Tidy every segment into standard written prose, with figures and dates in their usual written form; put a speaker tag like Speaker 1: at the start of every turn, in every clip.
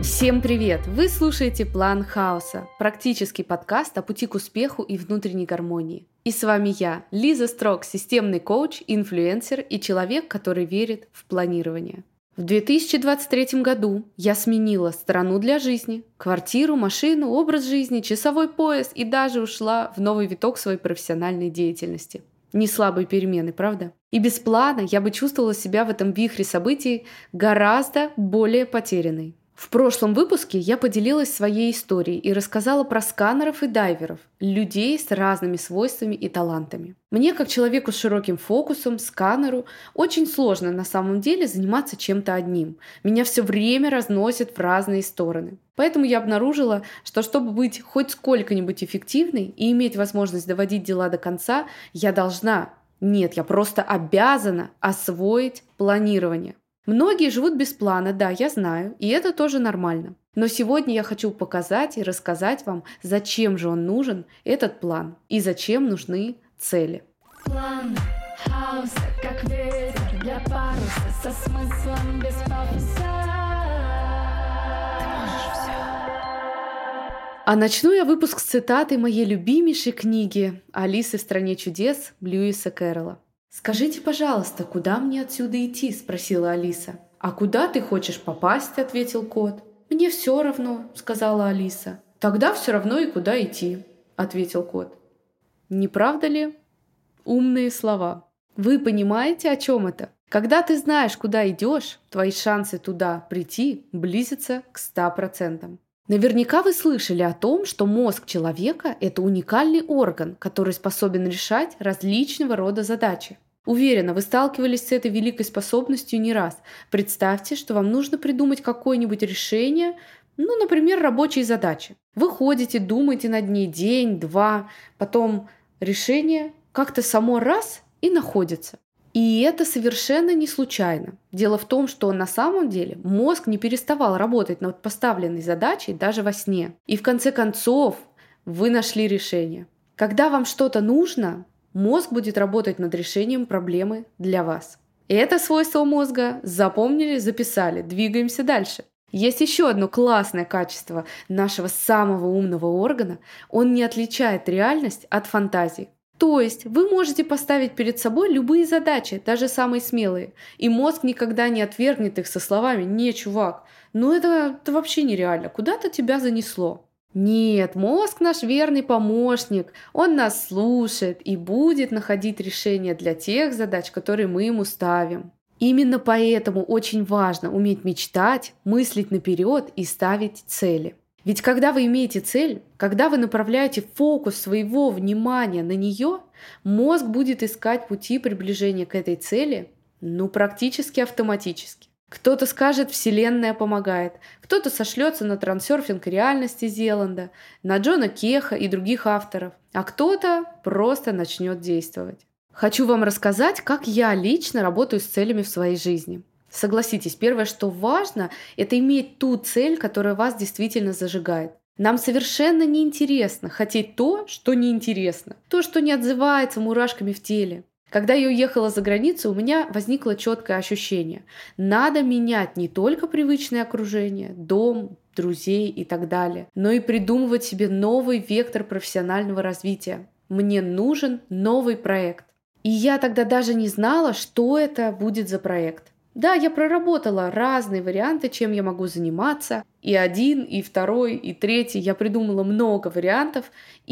Speaker 1: Всем привет! Вы слушаете «План хаоса» – практический подкаст о пути к успеху и внутренней гармонии. И с вами я, Лиза Строк, системный коуч, инфлюенсер и человек, который верит в планирование. В 2023 году я сменила страну для жизни, квартиру, машину, образ жизни, часовой пояс и даже ушла в новый виток своей профессиональной деятельности. Не слабые перемены, правда? И без плана я бы чувствовала себя в этом вихре событий гораздо более потерянной. В прошлом выпуске я поделилась своей историей и рассказала про сканеров и дайверов, людей с разными свойствами и талантами. Мне, как человеку с широким фокусом, сканеру, очень сложно на самом деле заниматься чем-то одним. Меня все время разносит в разные стороны. Поэтому я обнаружила, что чтобы быть хоть сколько-нибудь эффективной и иметь возможность доводить дела до конца, я просто обязана освоить планирование. Многие живут без плана, да, я знаю, и это тоже нормально. Но сегодня я хочу показать и рассказать вам, зачем же он нужен, этот план, и зачем нужны цели.
Speaker 2: План хаоса, как ветер для паруса, со смыслом без пафоса. Ты можешь все.
Speaker 1: А начну я выпуск с цитаты моей любимейшей книги «Алисы в стране чудес» Льюиса Кэрролла. «Скажите, пожалуйста, куда мне отсюда идти?» – спросила Алиса. «А куда ты хочешь попасть?» – ответил кот. «Мне все равно», – сказала Алиса. «Тогда все равно и куда идти», – ответил кот. Не правда ли? Умные слова. Вы понимаете, о чем это? Когда ты знаешь, куда идешь, твои шансы туда прийти близятся к 100%. Наверняка вы слышали о том, что мозг человека – это уникальный орган, который способен решать различного рода задачи. Уверена, вы сталкивались с этой великой способностью не раз. Представьте, что вам нужно придумать какое-нибудь решение, например, рабочей задачи. Вы ходите, думаете над ней день, два, потом решение как-то само раз и находится. И это совершенно не случайно. Дело в том, что на самом деле мозг не переставал работать над поставленной задачей даже во сне. И в конце концов вы нашли решение. Когда вам что-то нужно, мозг будет работать над решением проблемы для вас. И это свойство мозга запомнили, записали. Двигаемся дальше. Есть еще одно классное качество нашего самого умного органа. Он не отличает реальность от фантазии. То есть вы можете поставить перед собой любые задачи, даже самые смелые, и мозг никогда не отвергнет их со словами «Не, чувак, это вообще нереально, куда-то тебя занесло». Нет, мозг наш верный помощник, он нас слушает и будет находить решения для тех задач, которые мы ему ставим. Именно поэтому очень важно уметь мечтать, мыслить наперед и ставить цели. Ведь когда вы имеете цель, когда вы направляете фокус своего внимания на нее, мозг будет искать пути приближения к этой цели, практически автоматически. Кто-то скажет «Вселенная помогает», кто-то сошлется на трансерфинг реальности Зеланда, на Джона Кеха и других авторов, а кто-то просто начнет действовать. Хочу вам рассказать, как я лично работаю с целями в своей жизни. Согласитесь, первое, что важно, это иметь ту цель, которая вас действительно зажигает. Нам совершенно неинтересно хотеть то, что неинтересно, то, что не отзывается мурашками в теле. Когда я уехала за границу, у меня возникло четкое ощущение. Надо менять не только привычное окружение, дом, друзей и так далее, но и придумывать себе новый вектор профессионального развития. Мне нужен новый проект. И я тогда даже не знала, что это будет за проект. Да, я проработала разные варианты, чем я могу заниматься. И один, и второй, и третий. Я придумала много вариантов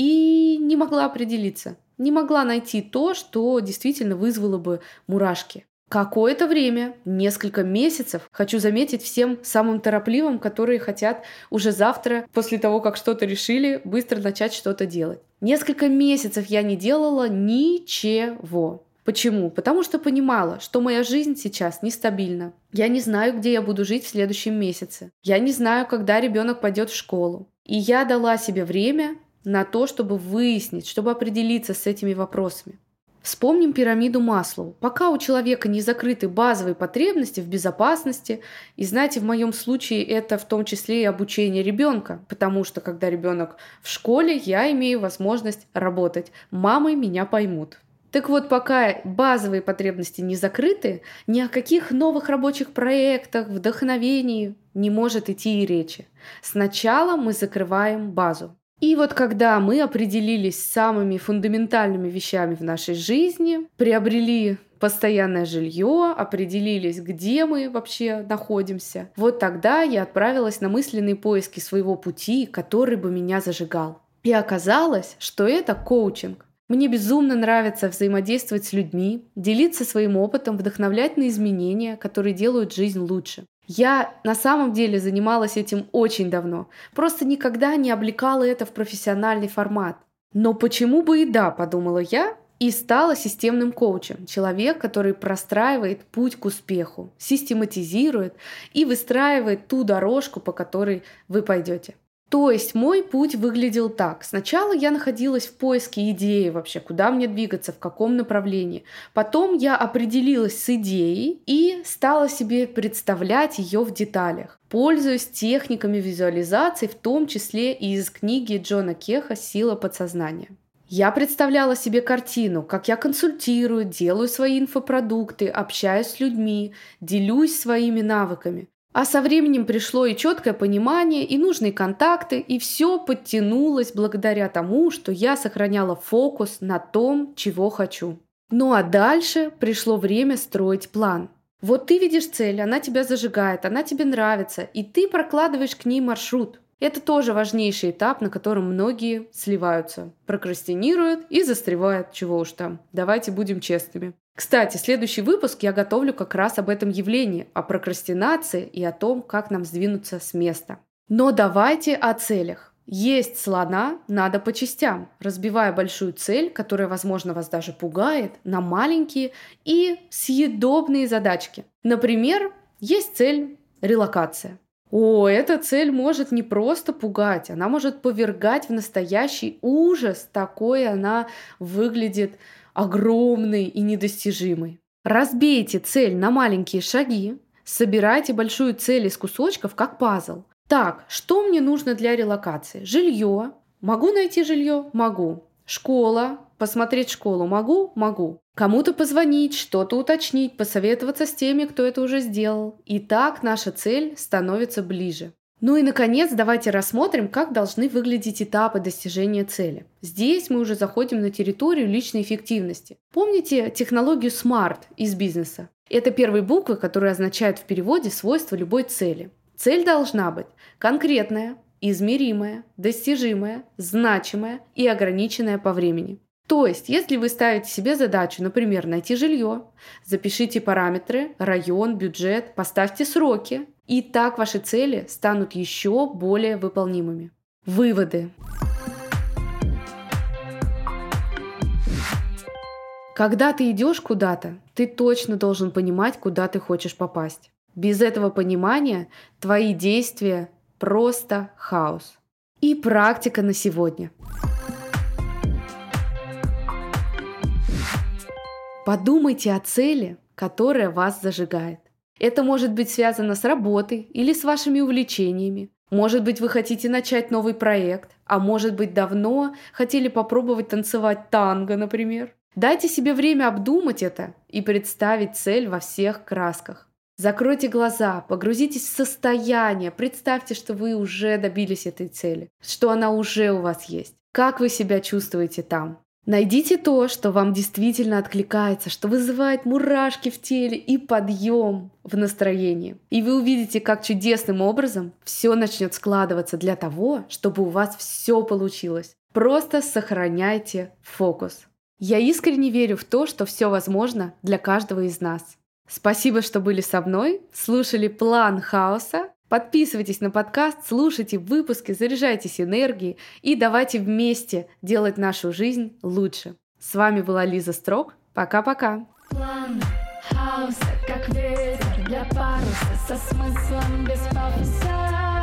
Speaker 1: и не могла определиться. Не могла найти то, что действительно вызвало бы мурашки. Какое-то время, несколько месяцев, хочу заметить всем самым торопливым, которые хотят уже завтра, после того, как что-то решили, быстро начать что-то делать. Несколько месяцев я не делала ничего. Почему? Потому что понимала, что моя жизнь сейчас нестабильна. Я не знаю, где я буду жить в следующем месяце. Я не знаю, когда ребенок пойдет в школу. И я дала себе время на то, чтобы выяснить, чтобы определиться с этими вопросами. Вспомним пирамиду Маслоу. Пока у человека не закрыты базовые потребности в безопасности, и знаете, в моем случае это в том числе и обучение ребенка, потому что когда ребенок в школе, я имею возможность работать. Мамы меня поймут. Так вот, пока базовые потребности не закрыты, ни о каких новых рабочих проектах, вдохновении не может идти и речи. Сначала мы закрываем базу. И вот когда мы определились с самыми фундаментальными вещами в нашей жизни, приобрели постоянное жилье, определились, где мы вообще находимся, вот тогда я отправилась на мысленные поиски своего пути, который бы меня зажигал. И оказалось, что это коучинг. Мне безумно нравится взаимодействовать с людьми, делиться своим опытом, вдохновлять на изменения, которые делают жизнь лучше. Я на самом деле занималась этим очень давно, просто никогда не облекала это в профессиональный формат. Но почему бы и да, подумала я, и стала системным коучем. Человек, который простраивает путь к успеху, систематизирует и выстраивает ту дорожку, по которой вы пойдете. То есть мой путь выглядел так. Сначала я находилась в поиске идеи вообще, куда мне двигаться, в каком направлении. Потом я определилась с идеей и стала себе представлять ее в деталях, пользуясь техниками визуализации, в том числе и из книги Джона Кеха «Сила подсознания». Я представляла себе картину, как я консультирую, делаю свои инфопродукты, общаюсь с людьми, делюсь своими навыками. А со временем пришло и четкое понимание, и нужные контакты, и все подтянулось благодаря тому, что я сохраняла фокус на том, чего хочу. Ну а дальше пришло время строить план. Вот ты видишь цель, она тебя зажигает, она тебе нравится, и ты прокладываешь к ней маршрут. Это тоже важнейший этап, на котором многие сливаются, прокрастинируют и застревают, чего уж там. Давайте будем честными. Кстати, следующий выпуск я готовлю как раз об этом явлении, о прокрастинации и о том, как нам сдвинуться с места. Но давайте о целях. Есть слона надо по частям, разбивая большую цель, которая, возможно, вас даже пугает, на маленькие и съедобные задачки. Например, есть цель релокация. Эта цель может не просто пугать, она может повергать в настоящий ужас. Такой она выглядит огромной и недостижимой. Разбейте цель на маленькие шаги, собирайте большую цель из кусочков, как пазл. Так, что мне нужно для релокации? Жилье. Могу найти жилье? Могу. Школа. Посмотреть школу могу? Могу. Кому-то позвонить, что-то уточнить, посоветоваться с теми, кто это уже сделал. И так наша цель становится ближе. Ну и, наконец, давайте рассмотрим, как должны выглядеть этапы достижения цели. Здесь мы уже заходим на территорию личной эффективности. Помните технологию SMART из бизнеса? Это первые буквы, которые означают в переводе свойства любой цели. Цель должна быть конкретная, измеримая, достижимая, значимая и ограниченная по времени. То есть, если вы ставите себе задачу, например, найти жилье, запишите параметры, район, бюджет, поставьте сроки, и так ваши цели станут еще более выполнимыми. Выводы. Когда ты идешь куда-то, ты точно должен понимать, куда ты хочешь попасть. Без этого понимания твои действия просто хаос. И практика на сегодня. Подумайте о цели, которая вас зажигает. Это может быть связано с работой или с вашими увлечениями. Может быть, вы хотите начать новый проект, а может быть, давно хотели попробовать танцевать танго, например. Дайте себе время обдумать это и представить цель во всех красках. Закройте глаза, погрузитесь в состояние, представьте, что вы уже добились этой цели, что она уже у вас есть. Как вы себя чувствуете там? Найдите то, что вам действительно откликается, что вызывает мурашки в теле и подъем в настроении. И вы увидите, как чудесным образом все начнет складываться для того, чтобы у вас все получилось. Просто сохраняйте фокус. Я искренне верю в то, что все возможно для каждого из нас. Спасибо, что были со мной, слушали «План хаоса». Подписывайтесь на подкаст, слушайте выпуски, заряжайтесь энергией и давайте вместе делать нашу жизнь лучше. С вами была Лиза Строк. Пока-пока.
Speaker 2: План хаоса, как ветер для паруса, со смыслом без пафоса.